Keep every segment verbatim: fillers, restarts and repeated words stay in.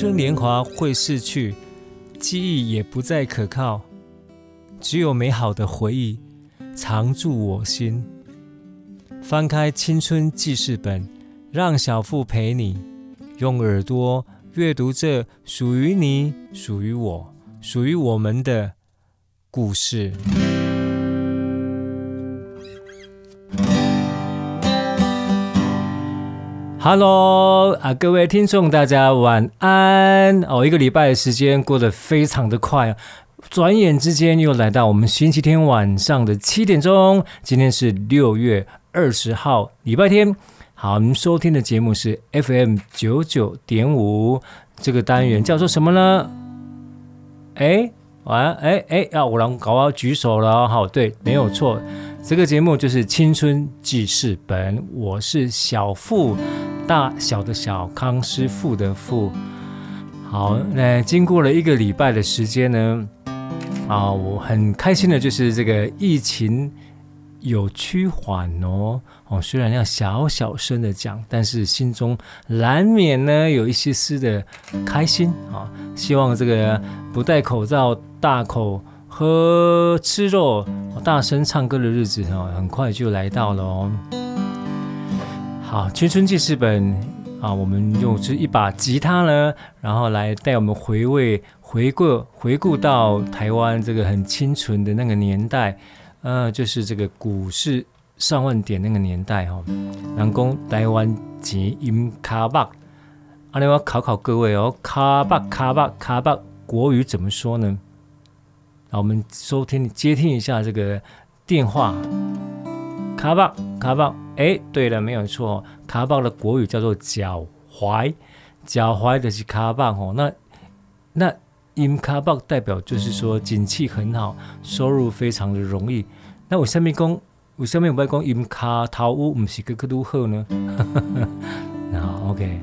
春年华会逝去，记忆也不再可靠，只有美好的回忆常驻我心。翻开青春记事本，让小富陪你用耳朵阅读这属于你、属于我、属于我们的故事。Hello 啊，各位听众，大家晚安哦！一个礼拜的时间过得非常的快，转眼之间又来到我们星期天晚上的七点钟。今天是六月二十号，礼拜天。好，我们收听的节目是 F M 九九点五，这个单元叫做什么呢？哎，完，哎哎，要我让搞我举手了，好，对，没有错。这个节目就是青春记事本，我是小富，大小的小，康师傅的傅。好，那经过了一个礼拜的时间呢，啊，我很开心的就是这个疫情有趋缓哦，哦，虽然要小小声的讲，但是心中难免呢有一些丝的开心啊。希望这个不戴口罩、大口喝吃肉、大声唱歌的日子哦，很快就来到了哦。好，青春记事本啊，我们用这一把吉他呢，然后来带我们回味、回顾、回顾到台湾这个很清纯的那个年代，呃，就是这个股市上万点那个年代哦。人讲台湾钱音卡巴，啊，我考考各位哦，卡巴卡巴卡巴，国语怎么说呢？好，我们收听接听一下这个电话。卡巴卡巴，哎，对了，没有错，卡巴的国语叫做脚踝，脚踝的是卡巴哦。那那音卡巴代表就是说景气很好，收入非常的容易。那为什么讲为什么我们讲音卡头屋不是更更好呢？好 ，OK，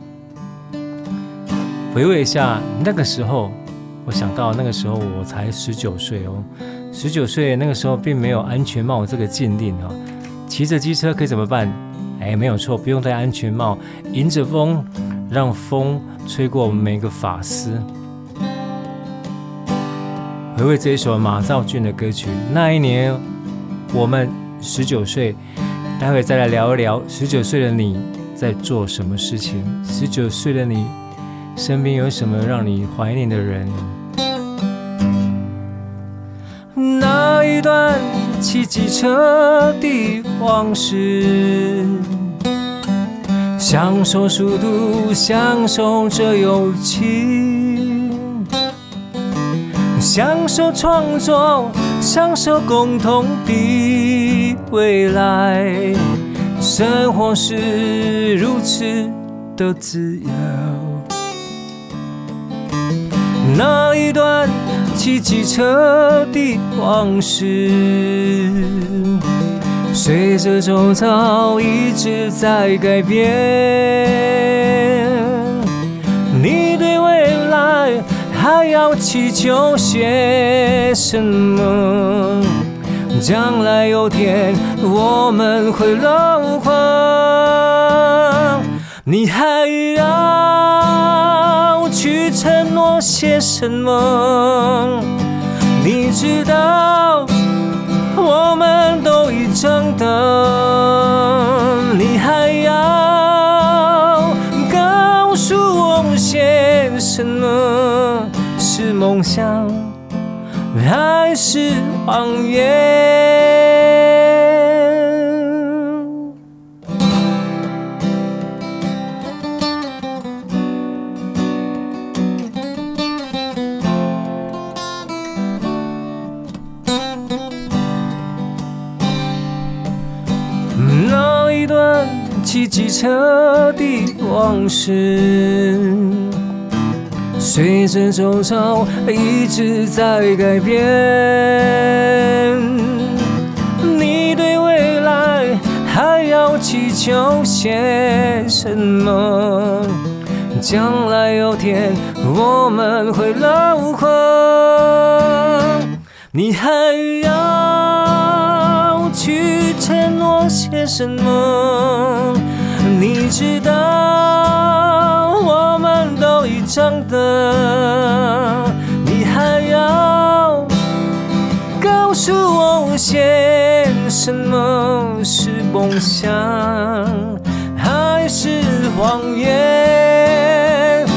回味一下那个时候。我想到那个时候我才十九岁哦，十九岁那个时候并没有安全帽这个禁令啊，骑着机车可以怎么办？哎，没有错，不用戴安全帽，迎着风，让风吹过我们每个发丝。回味这一首马兆骏的歌曲，那一年我们十九岁，待会再来聊一聊十九岁的你在做什么事情，十九岁的你身边有什么让你怀念的人？那一段骑机车的往事，享受速度，享受这友情，享受创作，享受共同的未来。生活是如此的自由。那一段骑机车的往事，随着周遭一直在改变。你对未来还要祈求些什么？将来有天我们会融化，你还要去承诺些什么？你知道我们都已长大，你还要告诉我些什么？是梦想还是谎言？那一段骑机车的往事，随着周遭一直在改变。你对未来还要祈求些什么？将来有天我们会融化，你还要去承诺些什么？你知道我们都已长的，你还要告诉我些什么是梦想，还是谎言？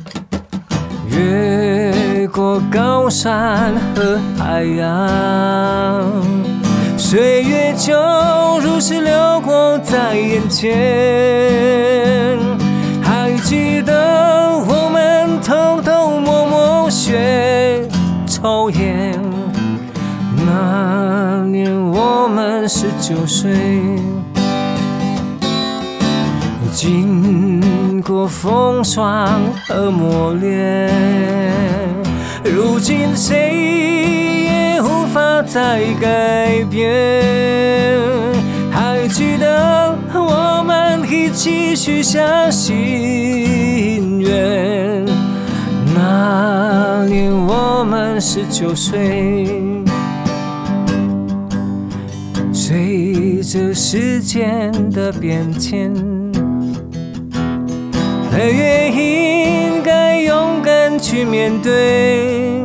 越过高山和海洋，岁月就如是流过在眼前。还记得我们偷偷摸摸学抽烟，那年我们十九岁，经过风霜和磨练，如今谁也无法再改变。还记得我们一起许下心愿，那年我们十九岁。随着时间的变迁，也应该勇敢去面对，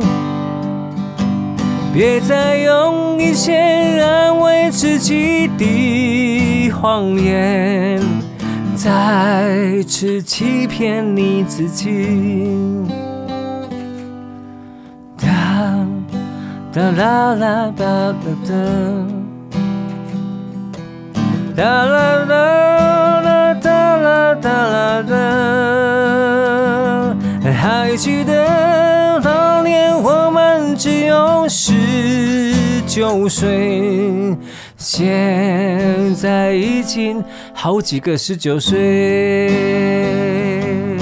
别再用一些安慰自己的谎言，再次欺骗你自己。哒哒啦啦哒哒哒。哒啦啦啦哒啦哒啦哒，还记得当年我们只有十九岁，现在已经好几个十九岁。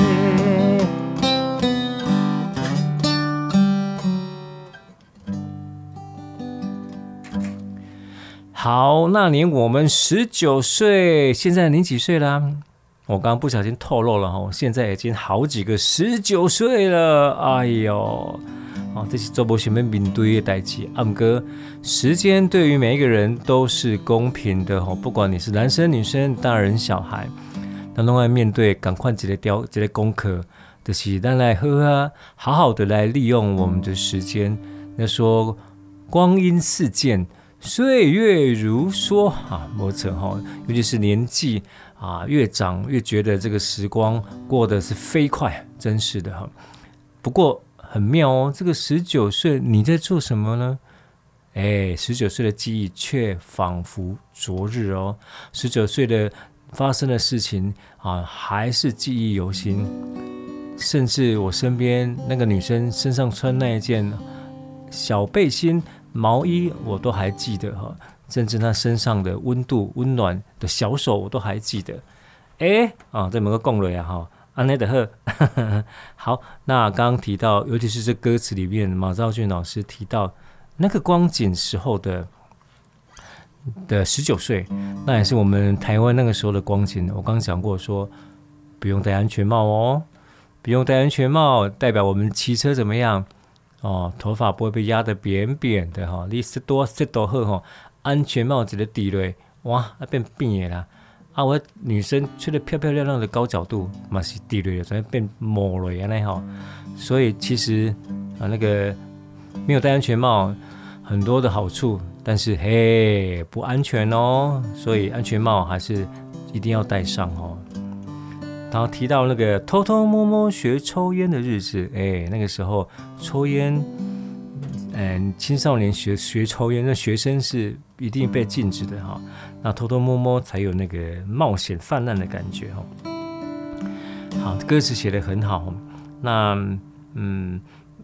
好，那年我们十九岁，现在您几岁啦？我刚刚不小心透露了哈，现在已经好几个十九岁了。哎呦，哦，这是做不想要面对的代志。啊，不过时间对于每一个人都是公平的哈，不管你是男生女生、大人小孩，咱都要面对，赶快一个雕一个功课，就是咱来好好好好的来利用我们的时间。那说光阴似箭。岁月如梭啊，没错哈，尤其是年纪啊越长越觉得这个时光过得是飞快，真是的哈。不过很妙哦，这个十九岁你在做什么呢？哎，十九岁的记忆却仿佛昨日哦，十九岁的发生的事情啊还是记忆犹新，甚至我身边那个女生身上穿那一件小背心。毛衣我都还记得哈，甚至他身上的温度、温暖的小手我都还记得。哎啊，这某个共类啊哈，安内的呵。好，那刚刚提到，尤其是这歌词里面，马兆骏老师提到那个光景时候的的十九岁，那也是我们台湾那个时候的光景。我刚刚讲过说，不用戴安全帽哦，不用戴安全帽，代表我们骑车怎么样？哦，头发不会被压得扁扁的哈，你塞多塞多好哈，安全帽一个低落，哇，那变扁的啦。啊，我女生吹得漂漂亮亮的高角度，嘛是低落的，所以变磨了安尼哈。所以其实啊，那个没有戴安全帽，很多的好处，但是嘿不安全哦，所以安全帽还是一定要戴上哦。然后提到那个偷偷摸摸学抽烟的日子，哎，那个时候抽烟，嗯，青少年学学抽烟，那学生是一定被禁止的哈。那偷偷摸摸才有那个冒险泛滥的感觉哈。好，歌词写得很好。那嗯，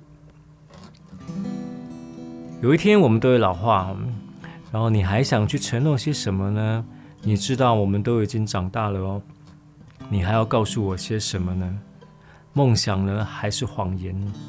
有一天我们都会老化，然后你还想去承诺些什么呢？你知道我们都已经长大了哦。你还要告诉我些什么呢？梦想呢，还是谎言呢？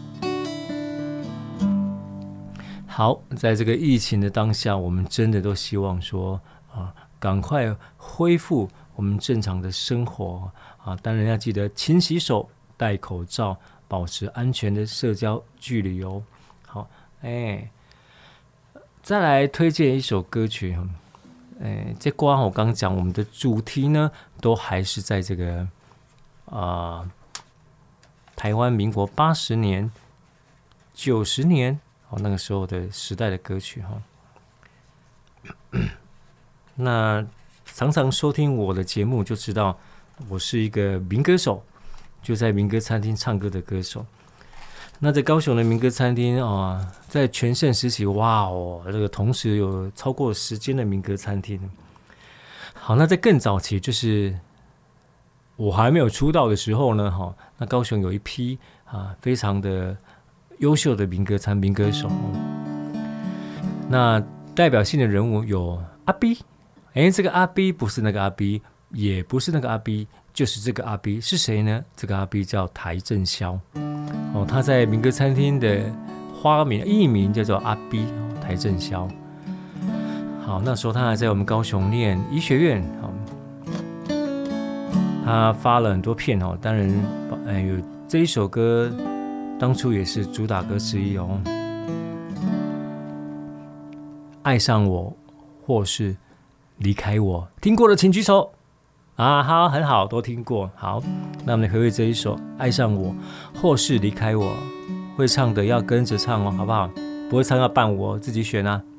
好，在这个疫情的当下，我们真的都希望说啊，赶快恢复我们正常的生活啊！当然要记得勤洗手、戴口罩，保持安全的社交距离哦。好，哎，再来推荐一首歌曲。哎，这歌我刚讲，我们的主题呢，都还是在这个啊、呃、 台湾民国八十年、九十年哦那个时候的时代的歌曲哈。那常常收听我的节目就知道，我是一个民歌手，就在民歌餐厅唱歌的歌手。那在高雄的民歌餐厅啊，在全盛时期，哇哦，这个同时有超过十间的民歌餐厅。好，那在更早期，就是我还没有出道的时候呢，哈，那高雄有一批啊非常的优秀的民歌餐民歌手。那代表性的人物有阿 B， 哎，这个阿 B 不是那个阿 B， 也不是那个阿 B， 就是这个阿 B 是谁呢？这个阿 B 叫邰正宵，哦，他在民歌餐厅的花名艺名叫做阿 B， 邰正宵。好，那时候他还在我们高雄念医学院，好，他发了很多片哦，当然，呃，有这一首歌，当初也是主打歌之一哦。爱上我，或是离开我，听过的请举手啊！好，很好，都听过。好，那我们回味这一首《爱上我，或是离开我》，会唱的要跟着唱哦，好不好？不会唱要伴我，自己选啊。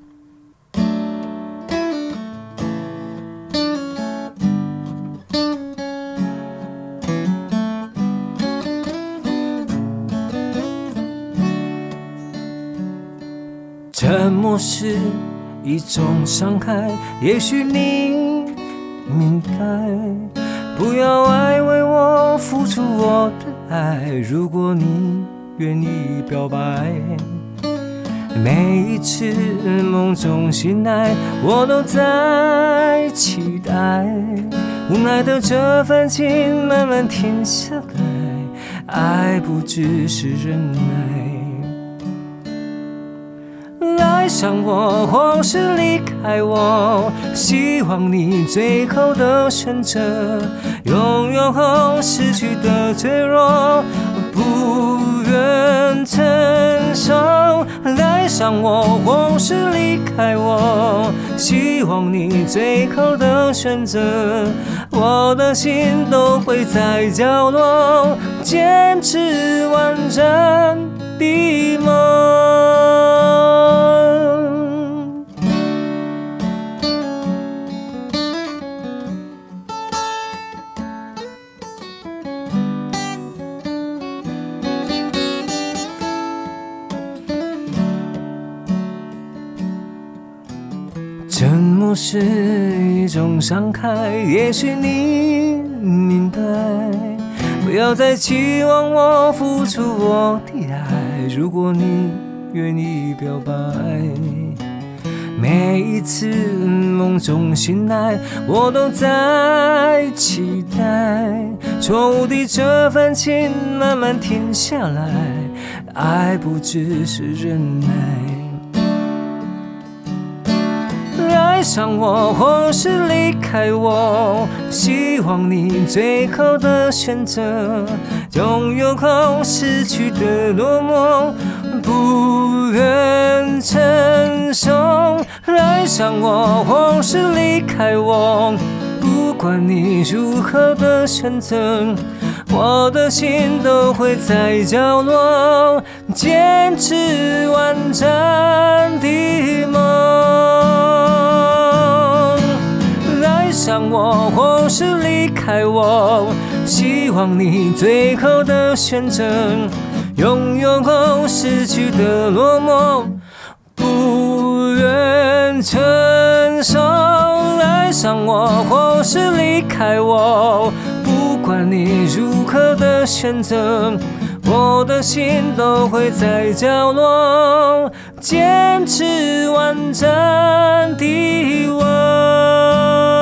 沉默是一种伤害，也许你明白。不要爱为我付出我的爱，如果你愿意表白。每一次梦中醒来，我都在期待。无奈的这份情慢慢停下来，爱不只是忍耐。爱上我，或是离开我，希望你最后的选择。拥有后失去的脆弱，不愿承受。爱上我，或是离开我，希望你最后的选择。我的心都会在角落，坚持完整的梦。沉默是一种伤害，也许你明白。不要再期望我付出我的爱，如果你愿意表白。每一次梦中醒来，我都在期待。错误的这份情慢慢停下来，爱不只是忍耐。爱上我，或是离开我，希望你最后的选择。拥有后失去的落寞，不愿承受。爱上我，或是离开我，不管你如何的选择，我的心都会在角落，坚持完整的梦。爱上我，或是离开我，希望你最后的选择。拥有后失去的落寞，不愿承受。爱上我，或是离开我，不管你如何的选择，我的心都会在角落，坚持完整的我。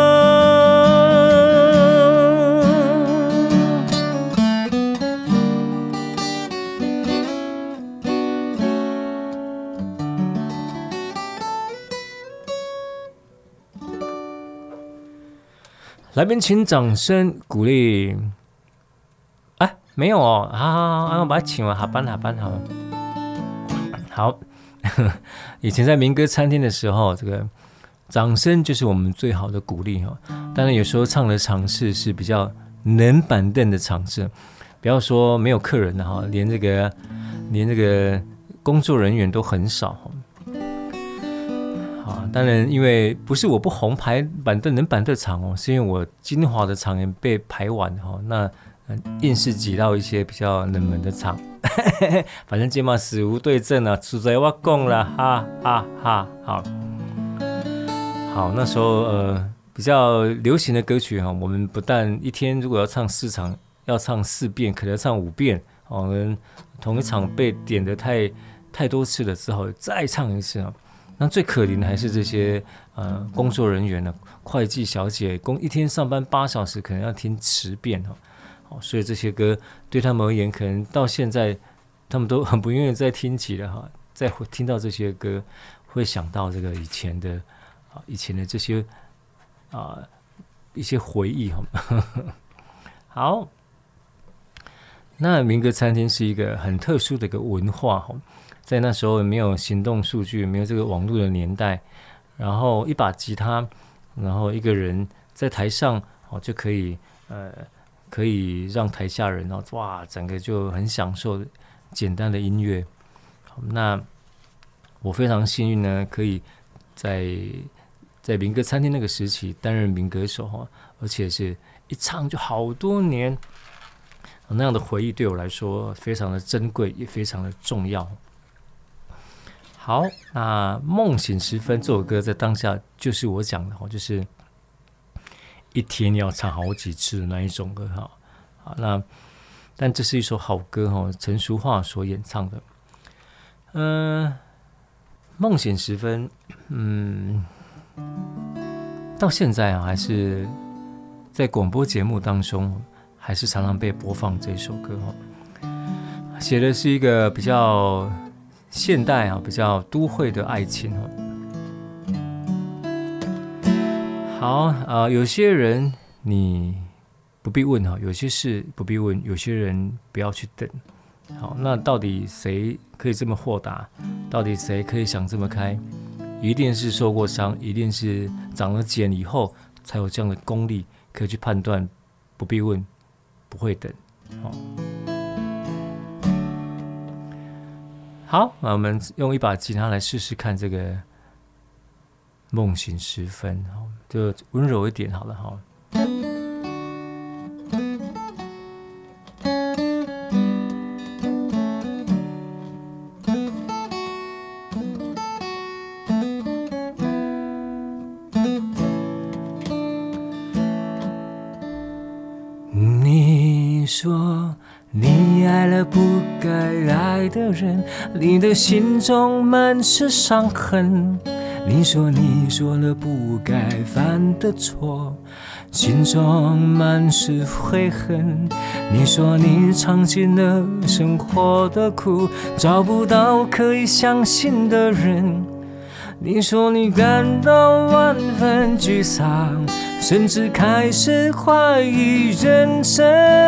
来宾请掌声鼓励。哎，没有哦，好好好，我把它请完，好班好班好。好，以前在民歌餐厅的时候，这个掌声就是我们最好的鼓励哦。当然有时候唱的场次是比较冷板凳的场次， 不要说没有客人了哈，连这个连这个工作人员都很少。好，当然因为不是我不红排板凳能板凳场哦，是因为我精华的场也被排完哈，那硬是挤到一些比较冷门的场。反正今嘛死无对证啊，实在我讲了，哈哈哈。好，好，那时候呃比较流行的歌曲哈，我们不但一天如果要唱四场，要唱四遍，可能要唱五遍，我们同一场被点的太太多次了之后，再唱一次啊。那最可怜的还是这些呃工作人员呢，会计小姐，工一天上班八小时，可能要听十遍哦。所以这些歌对他们而言，可能到现在他们都很不愿意再听起了哈。再听到这些歌，会想到这个以前的啊，以前的这些啊一些回忆哈。好，那民歌餐厅是一个很特殊的一个文化哈，在那时候没有行动数据，没有这个网络的年代，然后一把吉他，然后一个人在台上哦就可以呃。可以让台下人哦，哇，整个就很享受简单的音乐。那我非常幸运呢，可以在在民歌餐厅那个时期担任民歌手哈，而且是一唱就好多年，那样的回忆对我来说非常的珍贵，也非常的重要。好，那《梦醒时分》这首歌在当下就是我讲的哈，就是一天要唱好几次的那一种歌哈，好，那但这是一首好歌哈，陈淑桦所演唱的。嗯、呃，梦醒时分，嗯，到现在啊，还是在广播节目当中，还是常常被播放这首歌哈。写的是一个比较现代啊，比较都会的爱情哈。好啊、呃，有些人你不必问哈，有些事不必问，有些人不要去等。好，那到底谁可以这么豁达？到底谁可以想这么开？一定是受过伤，一定是长了茧以后才有这样的功力，可以去判断。不必问，不会等。好，好，那我们用一把吉他来试试看这个梦醒时分，就温柔一点好了哈。你说你爱了不该爱的人，你的心中满是伤痕。你说你做了不该犯的错，心中满是悔恨。你说你尝尽了生活的苦，找不到可以相信的人。你说你感到万分沮丧，甚至开始怀疑人生。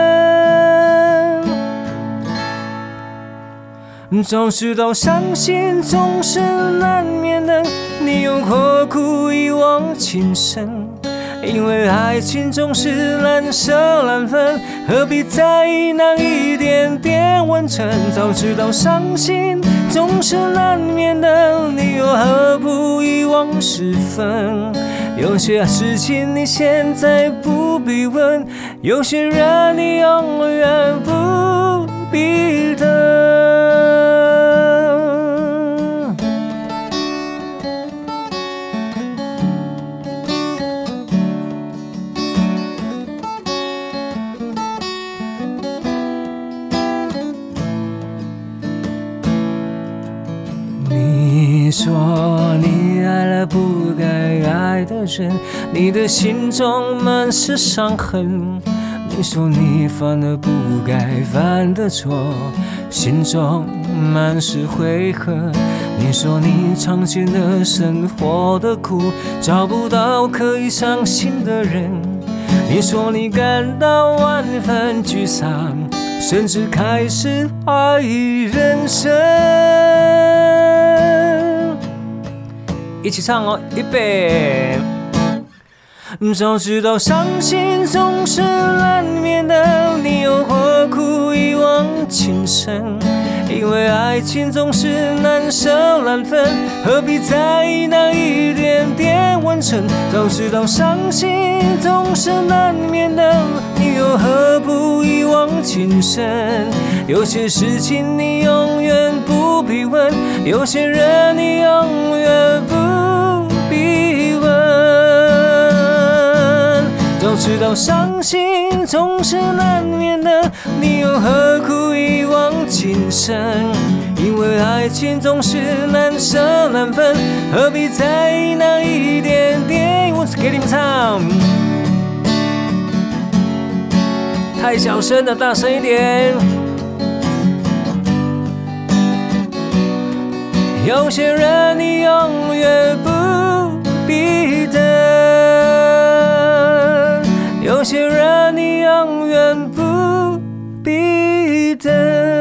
总是都伤心，总是难免的，你又何苦一往情深？因为爱情总是难舍难分，何必在意那一点点温存？早知道伤心总是难免的，你又何不一往十分？有些事情你现在不必问，有些人你永远不必等。你说你爱了不该爱的人，你的心中满是伤痕。你说你犯了不该犯的错，心中满是悔恨。你说你尝尽了生活的苦，找不到可以相信的人。你说你感到万分沮丧，甚至开始怀疑人生。一起唱哦，预备。 早知道伤心总是难免的，你又何苦一往情深？因为爱情总是难舍难分，何必在意那一点点温存？早知道伤心总是难免的，你又何不一往情深？有些事情你永远不必问，有些人你永远不必问。早知道伤心总是难免的，你又何苦一往情深？因为爱情总是难舍难分，何必在意那一点点？我给你们唱，太小声了，大声一点。有些人你永远不必等，有些人你永远不必等。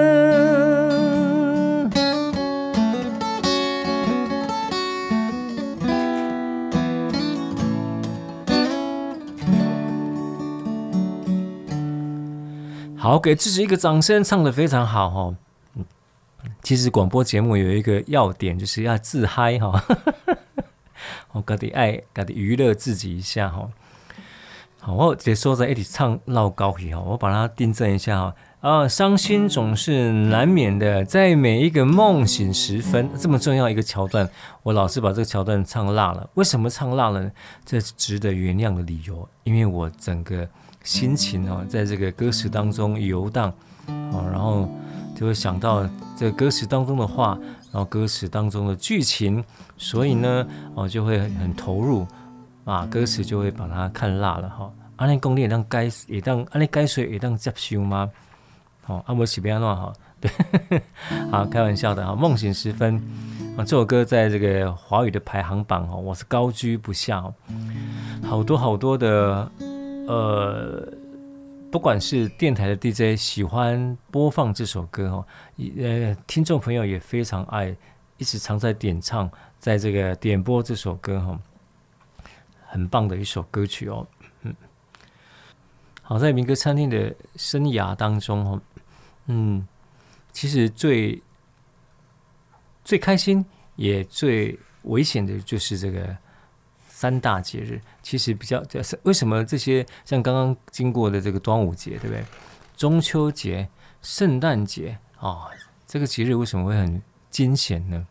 好，给自己一个掌声，唱得非常好哦。其实广播节目有一个要点，就是要自嗨哈，我自己爱自己娱乐自己一下哈。好，我这说在一起唱绕高语哈，我把它订正一下哈。啊，伤心总是难免的，在每一个梦醒时分，这么重要一个桥段，我老是把这个桥段唱辣了。为什么唱辣了呢？这是值得原谅的理由，因为我整个心情哦，在这个歌词当中游荡，哦，然后就会想到这个歌词当中的话，然后歌词当中的剧情，所以呢，哦，就会很投入啊，歌词就会把它看辣了哈。安尼讲你也当该也当安尼该说也当接受吗？哦，啊，我是要怎哈？对，好，开玩笑的哈。梦醒时分啊，这首歌在这个华语的排行榜哦，我是高居不下哦。好多好多的呃，不管是电台的 D J 喜欢播放这首歌哦，呃，听众朋友也非常爱，一直常在点唱，在这个点播这首歌哈，很棒的一首歌曲哦。嗯，好，在民歌餐厅的生涯当中哦。嗯，其实最最开心也最危险的就是这个三大节日。其实比较为什么这些像刚刚经过的这个端午节，对不对？中秋节、圣诞节啊、哦，这个节日为什么会很惊险呢？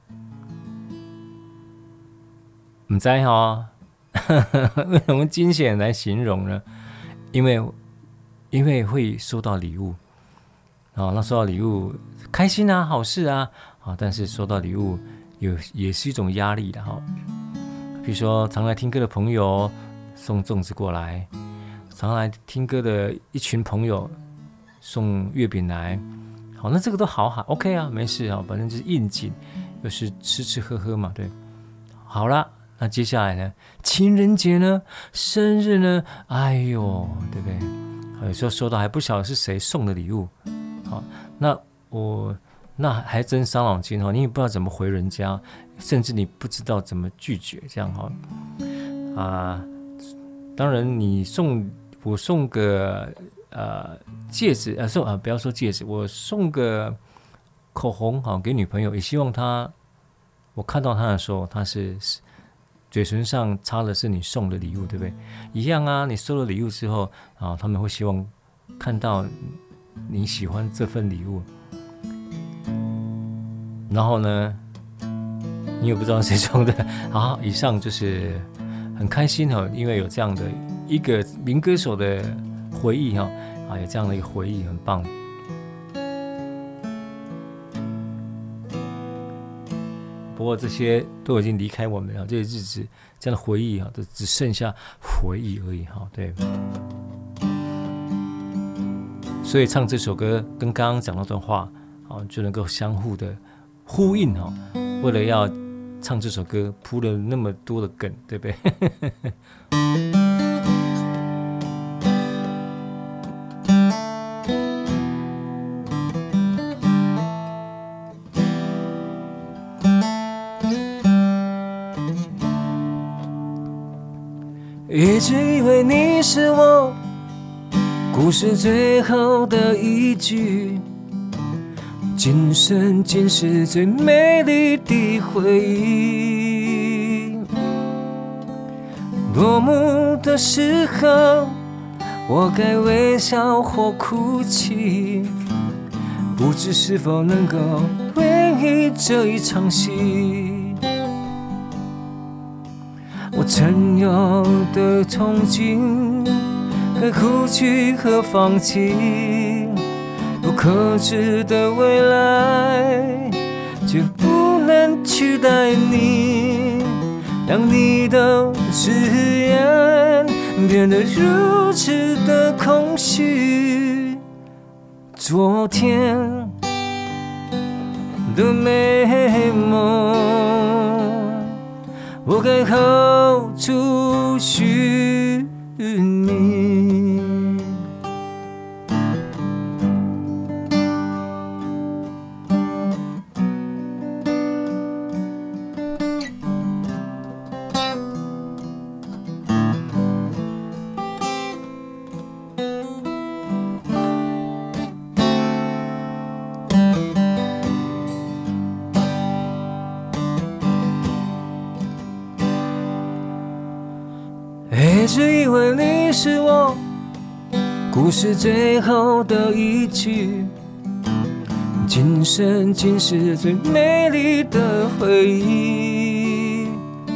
不知道啊，为什么惊险来形容呢？因为因为会收到礼物。哦，那收到礼物开心啊，好事啊，啊，但是收到礼物有也是一种压力的哈。比如说常来听歌的朋友送粽子过来，常来听歌的一群朋友送月饼来，好，那这个都好好 ，OK 啊，没事啊，反正就是应景，又是吃吃喝喝嘛，对。好啦，那接下来呢，情人节呢，生日呢，哎呦，对不对？有时候收到还不晓得是谁送的礼物。好，那我那还真伤脑筋哈，你也不知道怎么回人家，甚至你不知道怎么拒绝，这样哈啊。当然，你送我送个呃戒指，呃送啊不要说戒指，我送个口红好给女朋友，也希望她我看到她的时候，她是嘴唇上擦的是你送的礼物，对不对？一样啊，你收了礼物之后啊，他们会希望看到你喜欢这份礼物，然后呢，你也不知道谁送的。好，以上就是很开心哈，因为有这样的一个民歌手的回忆哈，啊，有这样的一个回忆，很棒。不过这些都已经离开我们了，这些日子这样的回忆哈，都只剩下回忆而已哈，对。所以唱这首歌跟刚刚讲那段话，就能够相互的呼应。为了要唱这首歌，铺了那么多的梗，对不对？ 一直以为你是我故事最后的一句，今生今世最美丽的回忆。落幕的时候，我该微笑或哭泣，不知是否能够回忆这一场戏。我曾有的憧憬，该哭泣和放弃，不可知的未来，却不能取代你。当你的誓言变得如此的空虚，昨天的美梦，我该何处寻觅？一直以为你是我故事最后的一句，今生今世最美丽的回忆。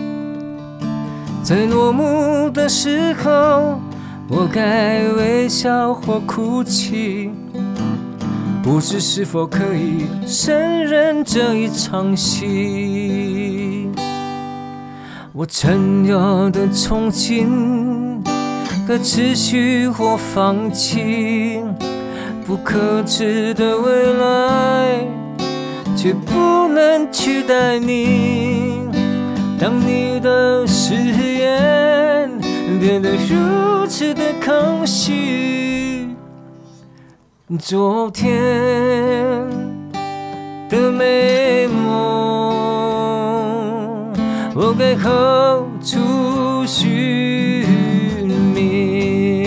在落幕的时候，我该微笑或哭泣，不知是否可以胜任这一场戏。我曾有的憧憬，该持续或放弃，不可知的未来，却不能取代你。当你的誓言变得如此的空虚，昨天的美梦，我该何处寻觅？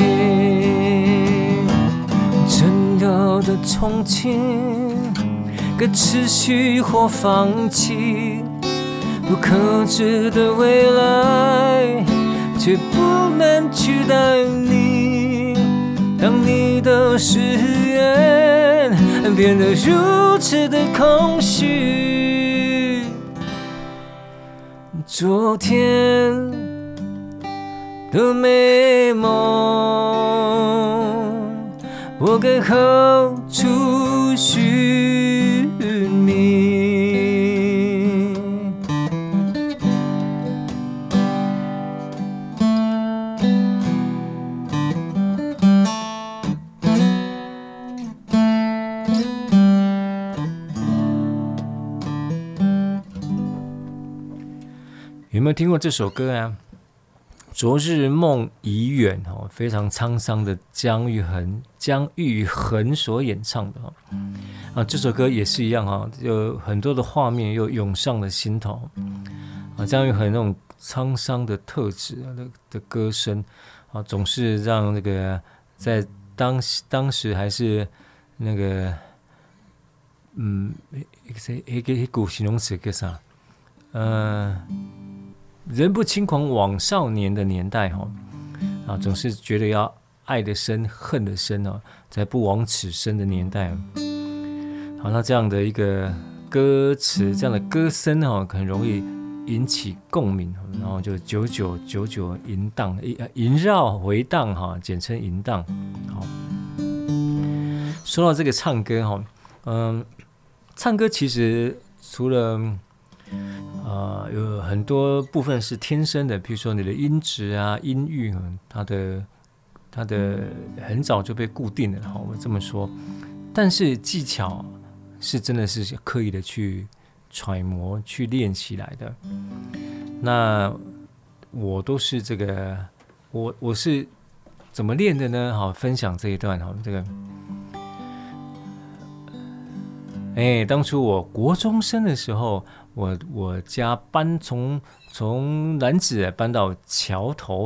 曾有的憧憬，该持续或放弃，不可知的未来，却不能取代你。当你的誓言变得如此的空虚，昨天的美梦，我该何处寻觅？有没有听过这首歌啊？昨日梦已远，非常沧桑的姜育恒姜育恒所演唱的啊，这首歌也是一样哈，有很多的画面又涌上了心头啊。姜育恒那种沧桑的特质 的, 的歌声啊，总是让那个在当当时还是那个嗯，一个一股形容词叫啥？呃。人不轻狂枉少年的年代哈，啊，总是觉得要爱得深恨得深哦，才不枉此生的年代。好，那这样的一个歌词，这样的歌声哈，很容易引起共鸣，然后就久久久久萦荡萦绕回荡哈，简称萦荡。好，说到这个唱歌哈，嗯，唱歌其实除了呃，有很多部分是天生的，比如说你的音质啊、音域，它的它的很早就被固定了，好，我这么说。但是技巧是真的是刻意的去揣摩、去练起来的。那我都是这个，我我是怎么练的呢？好，分享这一段，好，这个。哎，当初我国中生的时候，我我家搬从从楠梓搬到桥头，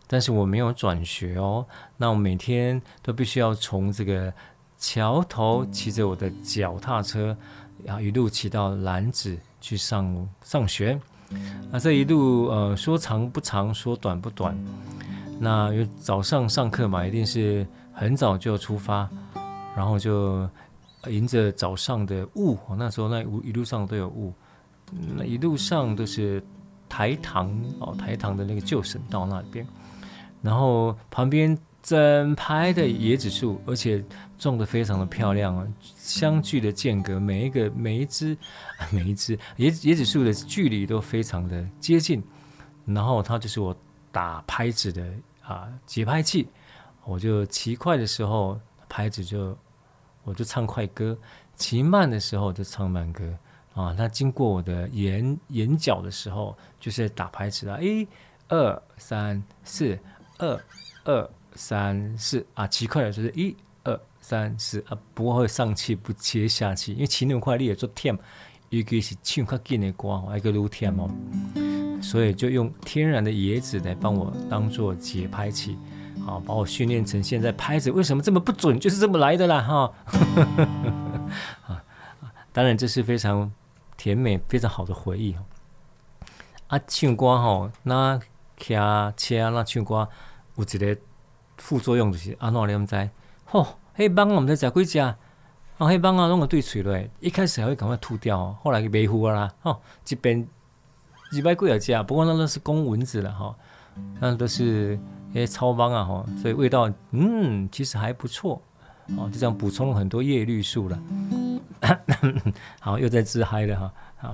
但是我没有转学哦，那我每天都必须要从这个桥头骑着我的脚踏车，然后一路骑到楠梓去上上学。那这一路呃说长不长，说短不短。那因为早上上课嘛，一定是很早就出发，然后就迎着早上的雾，那时候那一路上都有雾，那一路上都是台糖哦，台糖的那个旧省道那边。然后旁边整排的椰子树，而且种得非常的漂亮啊，相距的间隔，每一个每一只每一只椰椰子树的距离都非常的接近。然后它就是我打拍子的啊节拍器，我就骑快的时候拍子就我就唱快歌，骑慢的时候就唱慢歌啊。它经过我的眼眼角的时候，就是打拍子啊，一二三四。二二三四啊，骑快了就是一二三四啊，不过会上气不接下气，因为骑那么快你也做忝，尤其是唱较紧的歌，还个愈忝哦，所以就用天然的椰子来帮我当做节拍器，啊，把我训练成现在拍子为什么这么不准，就是这么来的啦哈。啊，当然这是非常甜美、非常好的回忆啊，唱歌吼，那骑车那唱歌。有一个副作用就是安怎你唔知？吼，迄蚊我唔知食几只，啊，迄蚊啊拢会对嘴落，一开始还会赶快吐掉，后来袂付啦，吼，一边二百几啊只，不过那都是公蚊子了哈，那都是迄超蚊啊哈，所以味道嗯其实还不错，哦，就这样补充了很多叶绿素了。好，又在自嗨了哈，好，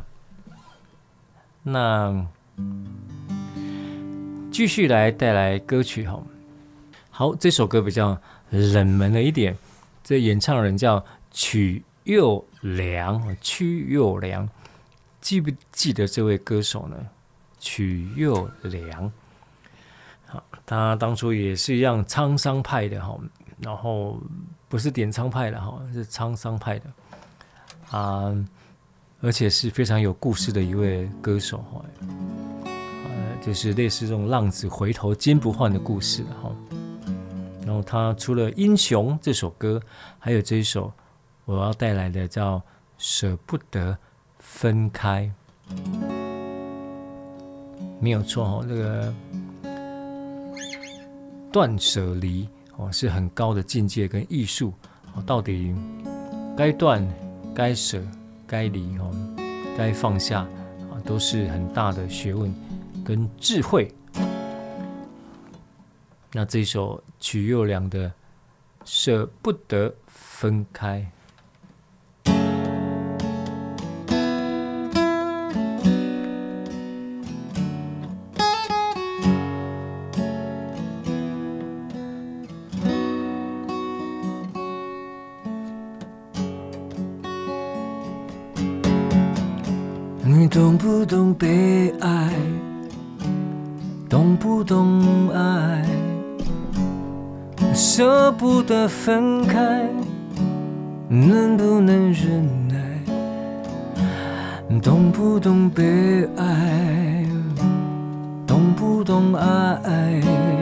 那。继续来带来歌曲哈，好，这首歌比较冷门了一点，这演唱人叫曲又良，曲又良，记不记得这位歌手呢？曲又良，好，他当初也是一样沧桑派的哈，然后不是点唱派的哈，是沧桑派的啊，而且是非常有故事的一位歌手哈。就是类似这种浪子回头金不换的故事哈。然后他除了《英雄》这首歌，还有这一首我要带来的叫《舍不得分开》，没有错哈。这个断舍离哦是很高的境界跟艺术哦，到底该断、该舍、该离哦，该放下啊，都是很大的学问。跟智慧，那这一首曲又良的《舍不得分开》。你懂不懂被爱？懂不懂爱？舍不得分开，能不能忍耐？懂不懂被爱？懂不懂爱？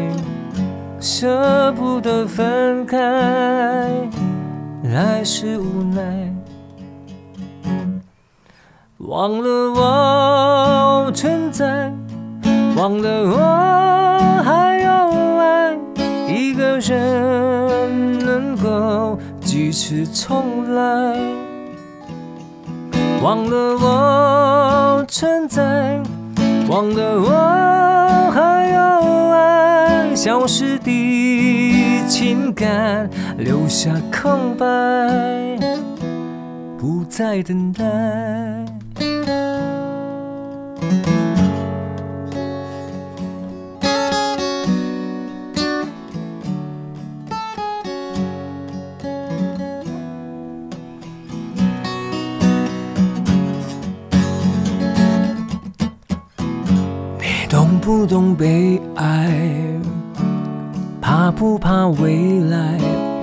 舍不得分开，还是无奈？忘了我存在，忘了我还有爱，一个人能够几次重来。忘了我存在，忘了我还有爱，消失的情感留下空白，不再等待。懂不懂被爱？怕不怕未来？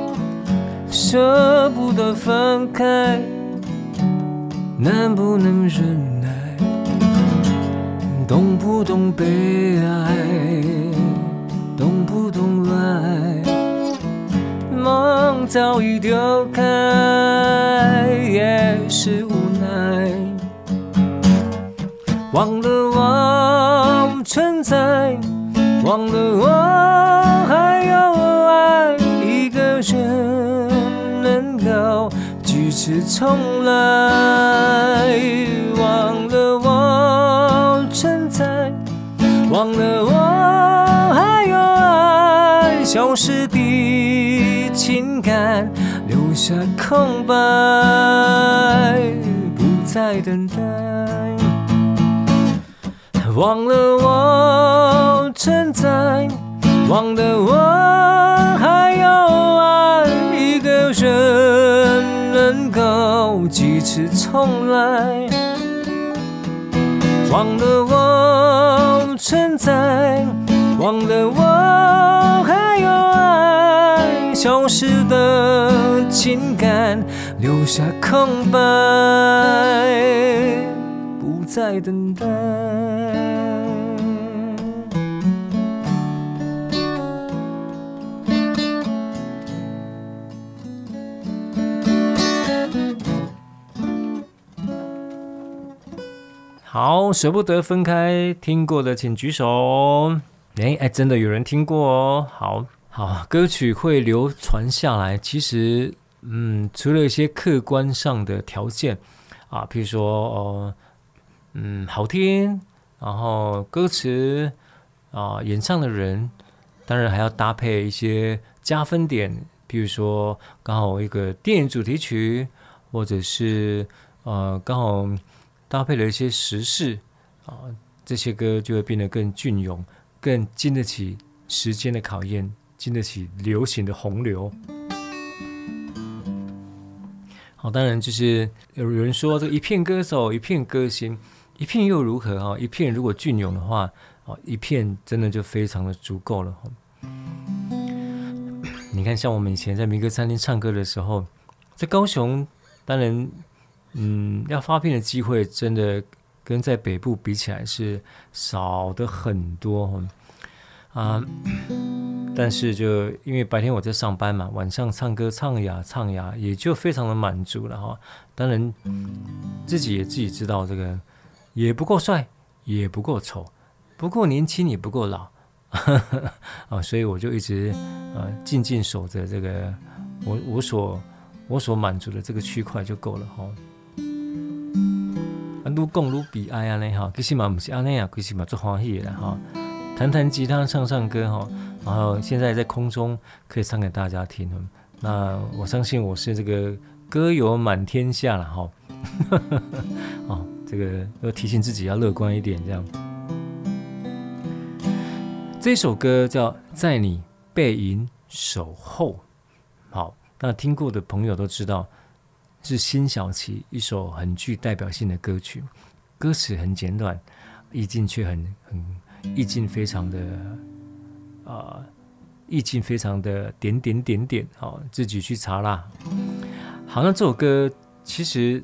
舍不得分开，能不能忍耐？懂不懂被爱？懂不懂来，梦早已丢开，也是无奈。忘了我存在，忘了我还有爱，一个人能够几次重来。忘了我存在，忘了我还有爱，消失的情感留下空白，不再等待。忘了我存在，忘了我还有爱，一个人能够几次重来。忘了我存在，忘了我还有爱，消失的情感留下空白，不再等待。好，舍不得分开，听过的请举手。哎哎，真的有人听过哦。好好，歌曲会流传下来，其实嗯，除了一些客观上的条件啊，譬如说呃嗯好听，然后歌词啊，演唱的人，当然还要搭配一些加分点，譬如说刚好一个电影主题曲，或者是呃刚好搭配了一些时事啊，这些歌就会变得更隽永，更经得起时间的考验，经得起流行的洪流。好，当然就是有人说，这一片歌手，一片歌星，一片又如何哈？一片如果隽永的话，一片真的就非常的足够了。你看，像我们以前在民歌餐厅唱歌的时候，在高雄，当然。嗯，要发片的机会真的跟在北部比起来是少的很多啊。但是就因为白天我在上班嘛，晚上唱歌唱哑唱哑也就非常的满足了哈。当然自己也自己知道这个也不够帅，也不够丑，不够年轻，也不够老啊，所以我就一直呃静静守着这个我我所我所满足的这个区块就够了哈。愈讲愈悲哀安尼哈，其实嘛不是安尼啊，其实嘛做欢喜的啦哈。弹弹吉他，唱唱歌哈，然后现在在空中可以唱给大家听。那我相信我是这个歌友满天下了哈。哦，这个要提醒自己要乐观一点，这样。这首歌叫《在你背影守候》，好，那听过的朋友都知道。是辛晓琪一首很具代表性的歌曲，歌词很简短，意境却很很意境非常的呃，意境非常的点点点点，好、哦，自己去查啦。好，那这首歌其实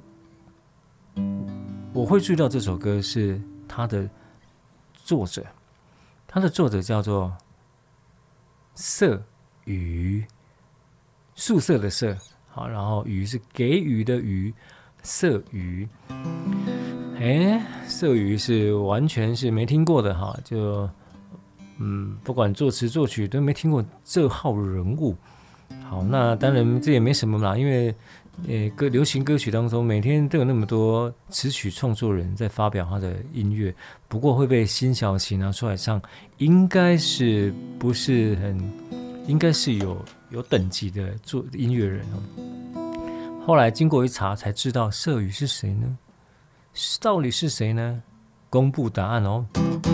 我会注意到这首歌是它的作者，它的作者叫做色予，宿舍的舍。好，然后予是给予的予，色予。哎，色予是完全是没听过的哈，就嗯，不管作词作曲都没听过这号人物。好，那当然这也没什么啦，因为呃歌流行歌曲当中每天都有那么多词曲创作人在发表他的音乐，不过会被辛晓琪拿出来唱，应该是不是很，应该是有。有等级的做音乐人哦，后来经过一查才知道色予是谁呢？到底是谁呢？公布答案哦。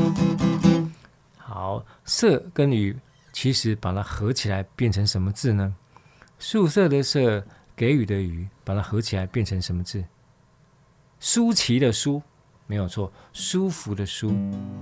好，色跟予其实把它合起来变成什么字呢？宿舍的舍，给予的予，把它合起来变成什么字？舒淇的舒，没有错，舒服的舒。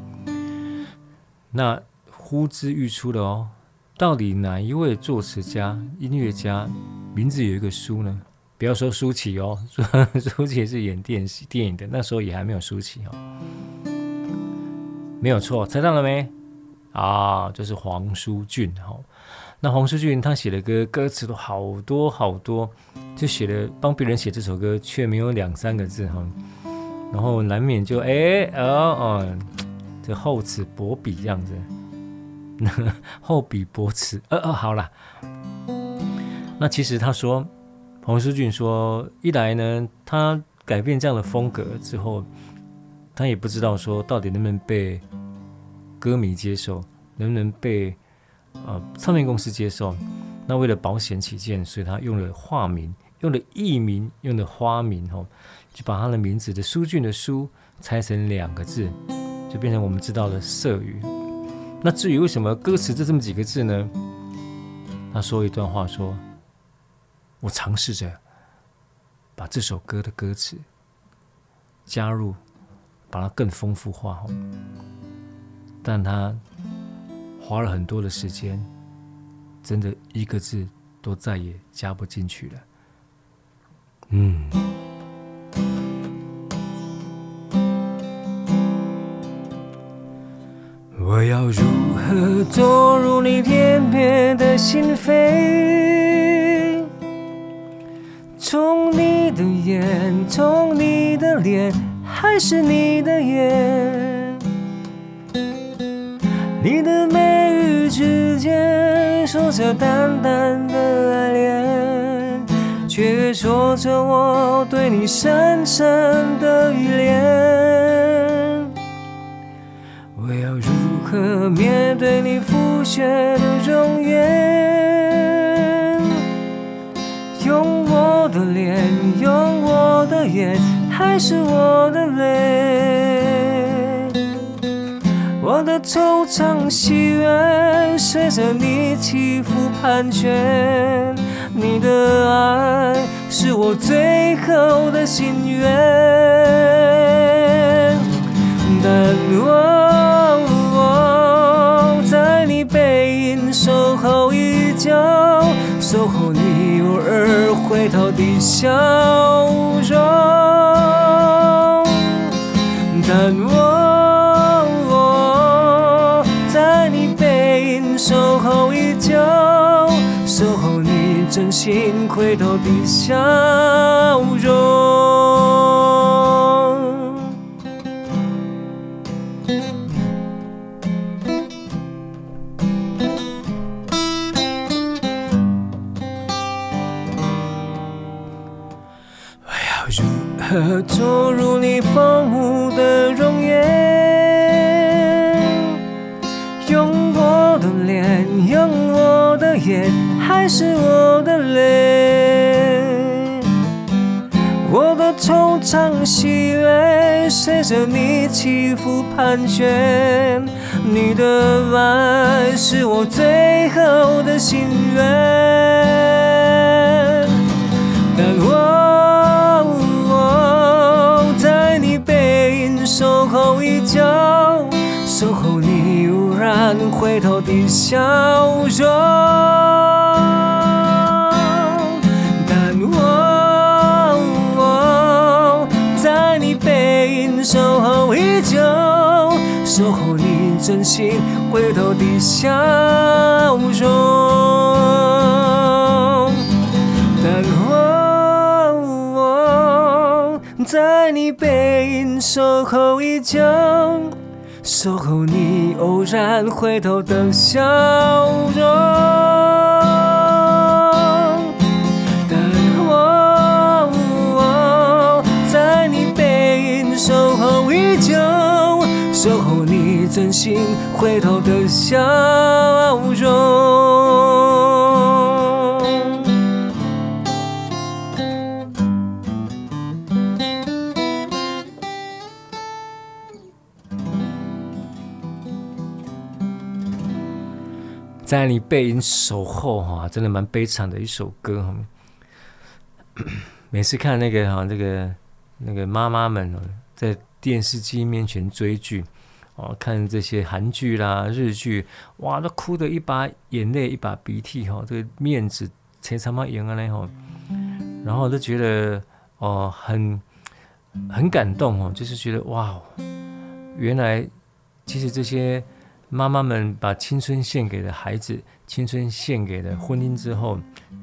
那呼之欲出了哦。到底哪一位作词家、音乐家名字有一个舒呢？不要说舒淇哦，舒淇是演电视电影的，那时候也还没有舒淇哦。没有错，猜到了没？ 啊，就是黄舒骏哈。那黄舒骏他写的歌歌词都好多好多，就写了帮别人写这首歌却没有两三个字哈，然后难免就哎哦哦，这厚此薄彼这样子，厚彼薄此，呃呃好啦。那其实他说黄舒骏说，一来呢，他改变这样的风格之后，他也不知道说到底能不能被歌迷接受，能不能被呃唱片公司接受。那为了保险起见，所以他用了化名，用了艺名，用了花名，哦，就把他的名字的舒骏的舒拆成两个字，就变成我们知道的社语。那至于为什么歌词就这么几个字呢？他说一段话说，我尝试着把这首歌的歌词加入，把它更丰富化，但他花了很多的时间，真的一个字都再也加不进去了。嗯，我要如何走入你天边的心扉？从你的眼，从你的脸，还是你的眼？你的眉宇之间说着淡淡的爱恋，却也说着我对你深深的依恋。我要如何面对你腐蚀的容颜？用我的脸，用我的眼，还是我的泪？我的惆怅喜悦随着你起伏盘旋，你的爱是我最后的心愿。但我在你背影守候已久，守候你偶尔回头的笑容。但我在你背影守候已久，守候你真心回头的笑容。何走入你丰富的容颜？用我的脸，用我的眼，还是我的泪？我的惆怅喜悦随着你起伏盘旋，你的爱是我最后的心愿。但我守候已久，守候你忽然回头的笑容。但我在你背影守候已久，守候你真心回头的笑容。但我在你背影守候已久，守候你偶然回头的笑容。但我在你背影守候已久，守候你真心回头的笑容。在你背影守候哈，真的蛮悲惨的一首歌哈。每次看那个哈，那个那个妈妈们在电视机面前追剧哦，看这些韩剧啦、日剧，哇，都哭得一把眼泪一把鼻涕哈，这个面子才他妈赢了呢哈。然后都觉得哦，很很感动哦，就是觉得哇，原来其实这些妈妈们把青春献给了孩子，青春献给了婚姻之后，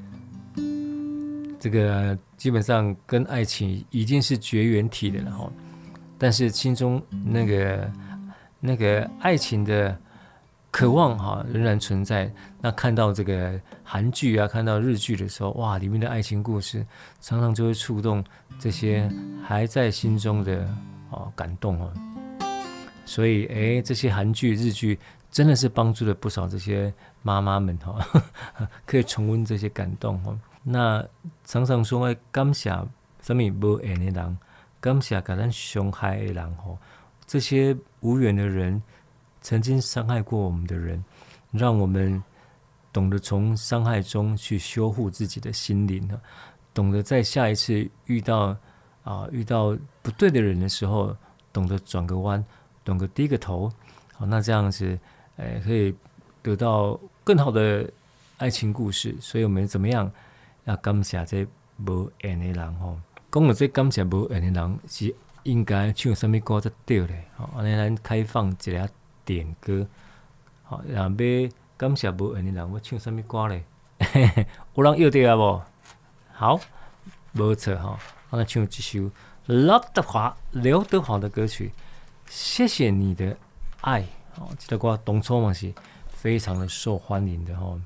这个基本上跟爱情已经是绝缘体的了哈。但是心中那个那个爱情的渴望哈仍然存在。那看到这个韩剧啊，看到日剧的时候，哇，里面的爱情故事常常就会触动这些还在心中的哦感动哦。所以，哎，这些韩剧、日剧真的是帮助了不少这些妈妈们哈、哦，可以重温这些感动哦。那常常说要感谢什么无缘的人，感谢给咱伤害的人哦。这些无缘的人，曾经伤害过我们的人，让我们懂得从伤害中去修护自己的心灵，懂得在下一次遇到啊遇到不对的人的时候，懂得转个弯。懂个低个头，好，那这样子，哎，可以得到更好的爱情故事。所以我们怎么样要感谢这无缘的人吼？讲到这感谢无缘的人，是应该唱什么歌才对嘞？好，安尼咱开放一下点歌。好，若要感谢无缘的人，要唱什么歌嘞？有人要对啊无？好，无错哈，我来唱这首刘德华刘德华的歌曲。谢谢你的爱，哦，这个歌当初嘛是非常的受欢迎的哦。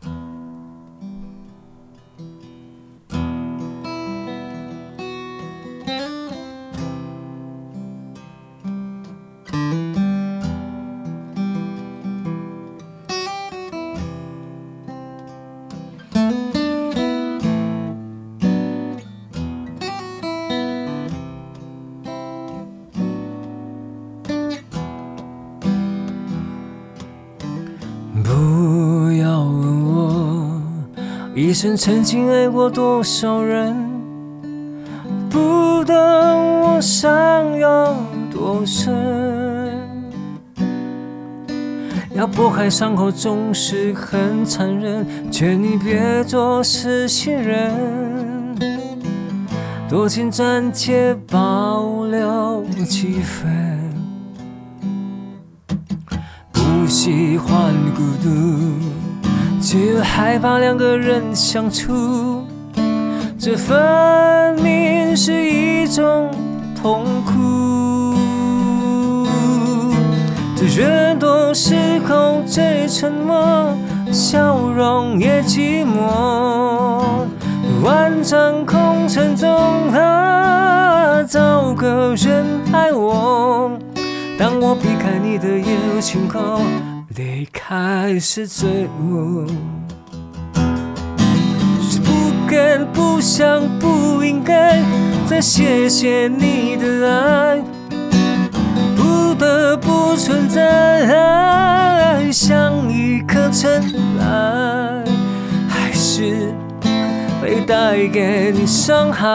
一生曾经爱过多少人，不懂我伤有多深。要剥开伤口总是很残忍，劝你别做死心人，多情暂且保留几分。不喜欢孤独，却又害怕两个人相处，这分明是一种痛苦。这人多时候最沉默，笑容也寂寞。万丈空城中啊，找个人爱我。当我避开你的夜路晴空，离开是坠落，是不敢、不想、不应该再谢谢你的爱，不得不存在，像一颗尘埃，还是会带给你伤害，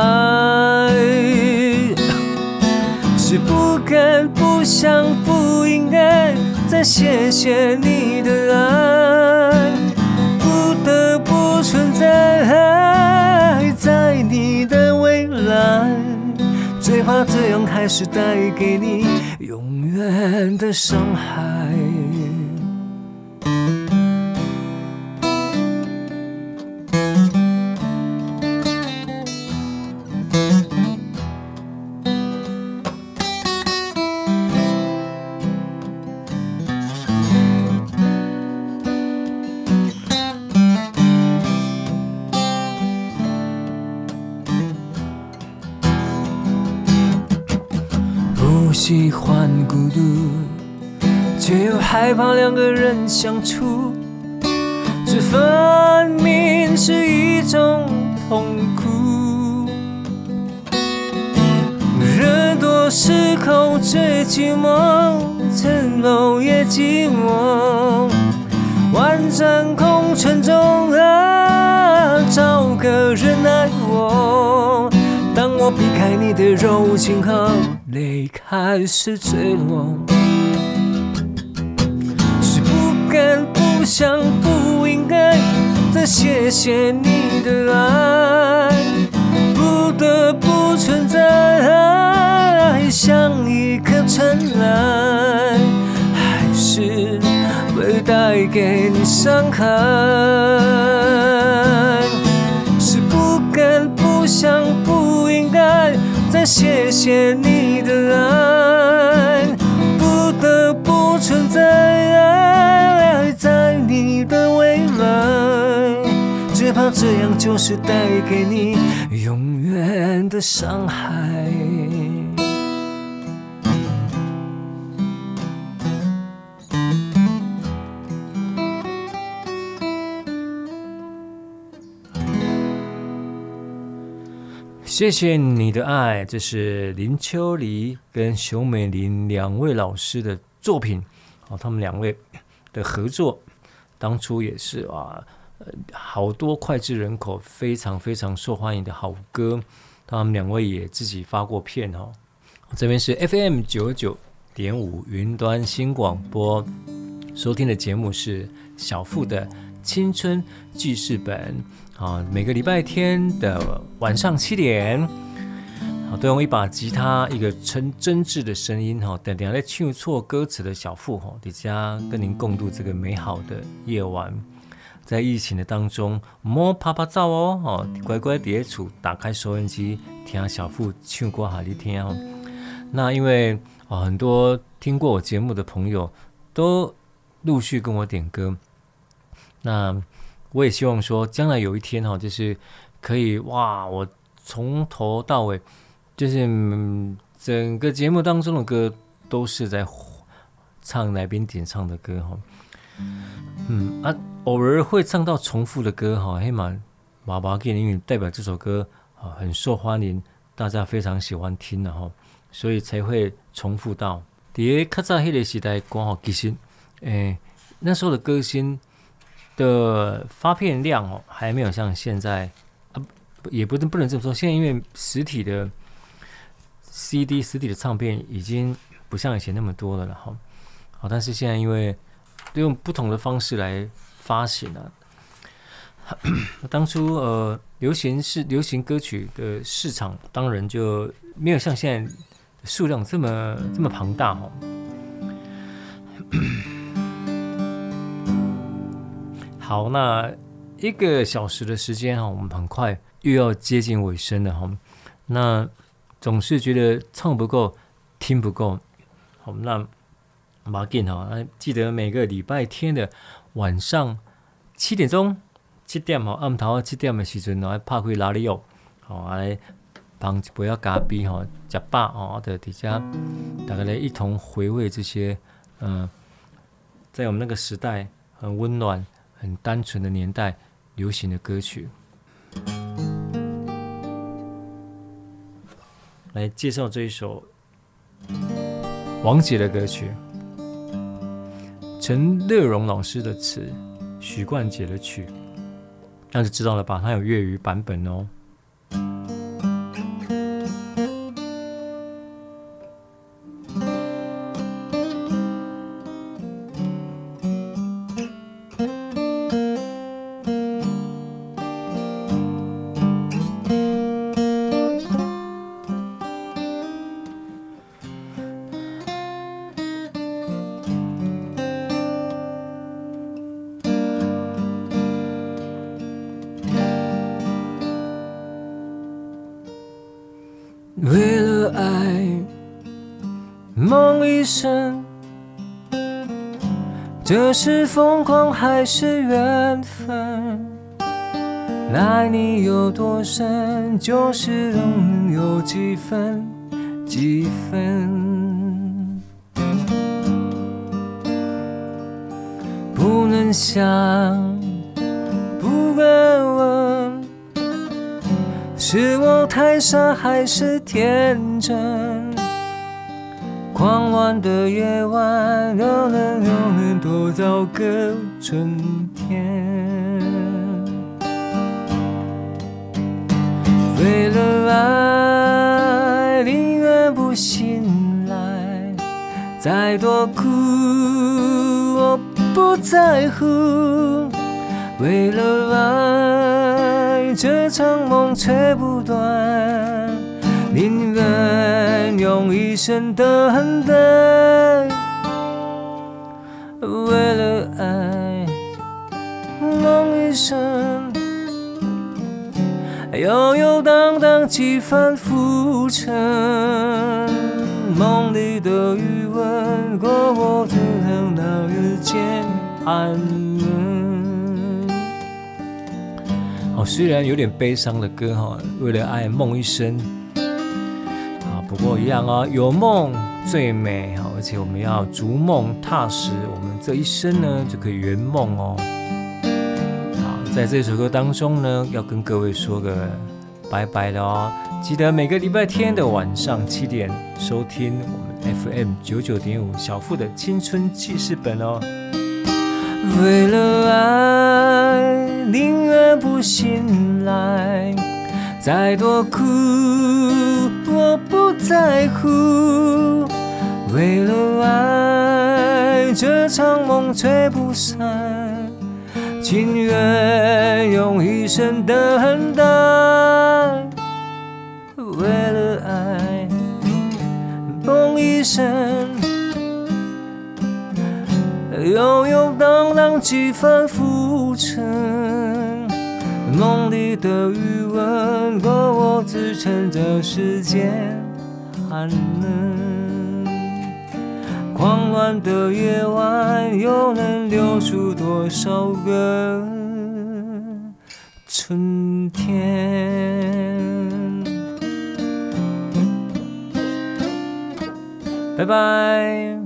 是不敢、不想、不应该再谢谢你的爱，不得不存在，在你的未来，最怕这样还是带给你永远的伤害。喜欢孤独，却又害怕两个人相处，这分明是一种痛苦。人多时候最寂寞，沉默也寂寞。万丈空城中啊，找个人爱我。当我避开你的柔情后，离开是坠落，是不敢、不想、不应该再谢谢你的爱，不得不存在，像一颗尘埃，还是会带给你伤痕，是不敢、不想、不应该再谢谢你的爱，不得不存在在你的未来，只怕这样就是带给你永远的伤害。谢谢你的爱，这是林秋离跟熊美玲两位老师的作品，哦，他们两位的合作，当初也是啊，好多脍炙人口、非常非常受欢迎的好歌。他们两位也自己发过片哦。这边是 F M 九十九点五云端新广播，收听的节目是小富的青春记事本。啊，每个礼拜天的晚上七点，啊，都用一把吉他，一个真真挚的声音，哈，等等在唱错歌词的小富，哈，底下跟您共度这个美好的夜晚。在疫情的当中，莫拍拍照哦，哦，乖乖在厝打开收音机，听小富唱歌给你听哦。那因为啊，很多听过我节目的朋友都陆续跟我点歌，那我也希望说，将来有一天哈，就是可以哇，我从头到尾，就是、嗯、整个节目当中的歌都是在唱来宾点唱的歌哈。嗯啊，偶尔会唱到重复的歌哈，黑马马巴给因为代表这首歌啊很受欢迎，大家非常喜欢听的哈，所以才会重复到。在较早迄个时代，歌吼其实，诶，那时候的歌星的发片量哦，还没有像现在啊，也不不能这么说。现在因为实体的 C D、实体的唱片已经不像以前那么多了了哈。好，但是现在因为用不同的方式来发行啊，当初呃流行是流行歌曲的市场，当然就没有像现在数量这么这么庞大哈。好，那一个小时的时间哈，我们很快又要接近尾声了哈。那总是觉得唱不够，听不够。好，那马紧哈，记得每个礼拜天的晚上七点钟，七点哈，暗头七点的时阵，来拍开拉里奥，好来放一杯啊咖啡哈，吃饱哦，的底下大家来一同回味这些嗯、呃，在我们那个时代很温暖、很单纯的年代流行的歌曲。来介绍这一首王杰的歌曲，陈乐融老师的词，许冠杰的曲，那就知道了吧？它有粤语版本哦。为了爱梦一生，这是疯狂还是缘分？爱你有多深，就是能有几分几分。不能想，不敢问，是我太傻还是天真？狂乱的夜晚，又能又能多造个春天。为了爱，宁愿不醒来，再多苦我不在乎。为了爱，这场梦吹不断，宁愿用一生等待。为了爱， 生，悠悠荡荡几番浮沉，梦里的余温过我只能到日间寒冷。哦，虽然有点悲伤的歌哈，为了爱梦一生。好，不过一样哦，有梦最美，而且我们要逐梦踏实，我们这一生呢就可以圆梦哦。好，在这首歌当中呢，要跟各位说个拜拜了哦。记得每个礼拜天的晚上七点收听我们 F M 九九点五小富的青春记事本哦。为了爱，宁愿不醒来，再多苦我不在乎。为了爱，这场梦吹不散，情愿用一生等待。为了爱，梦一生，悠悠荡荡几番浮沉，梦里的余温够我支撑这世间寒冷。狂乱的夜晚，又能留出多少个春天？拜拜。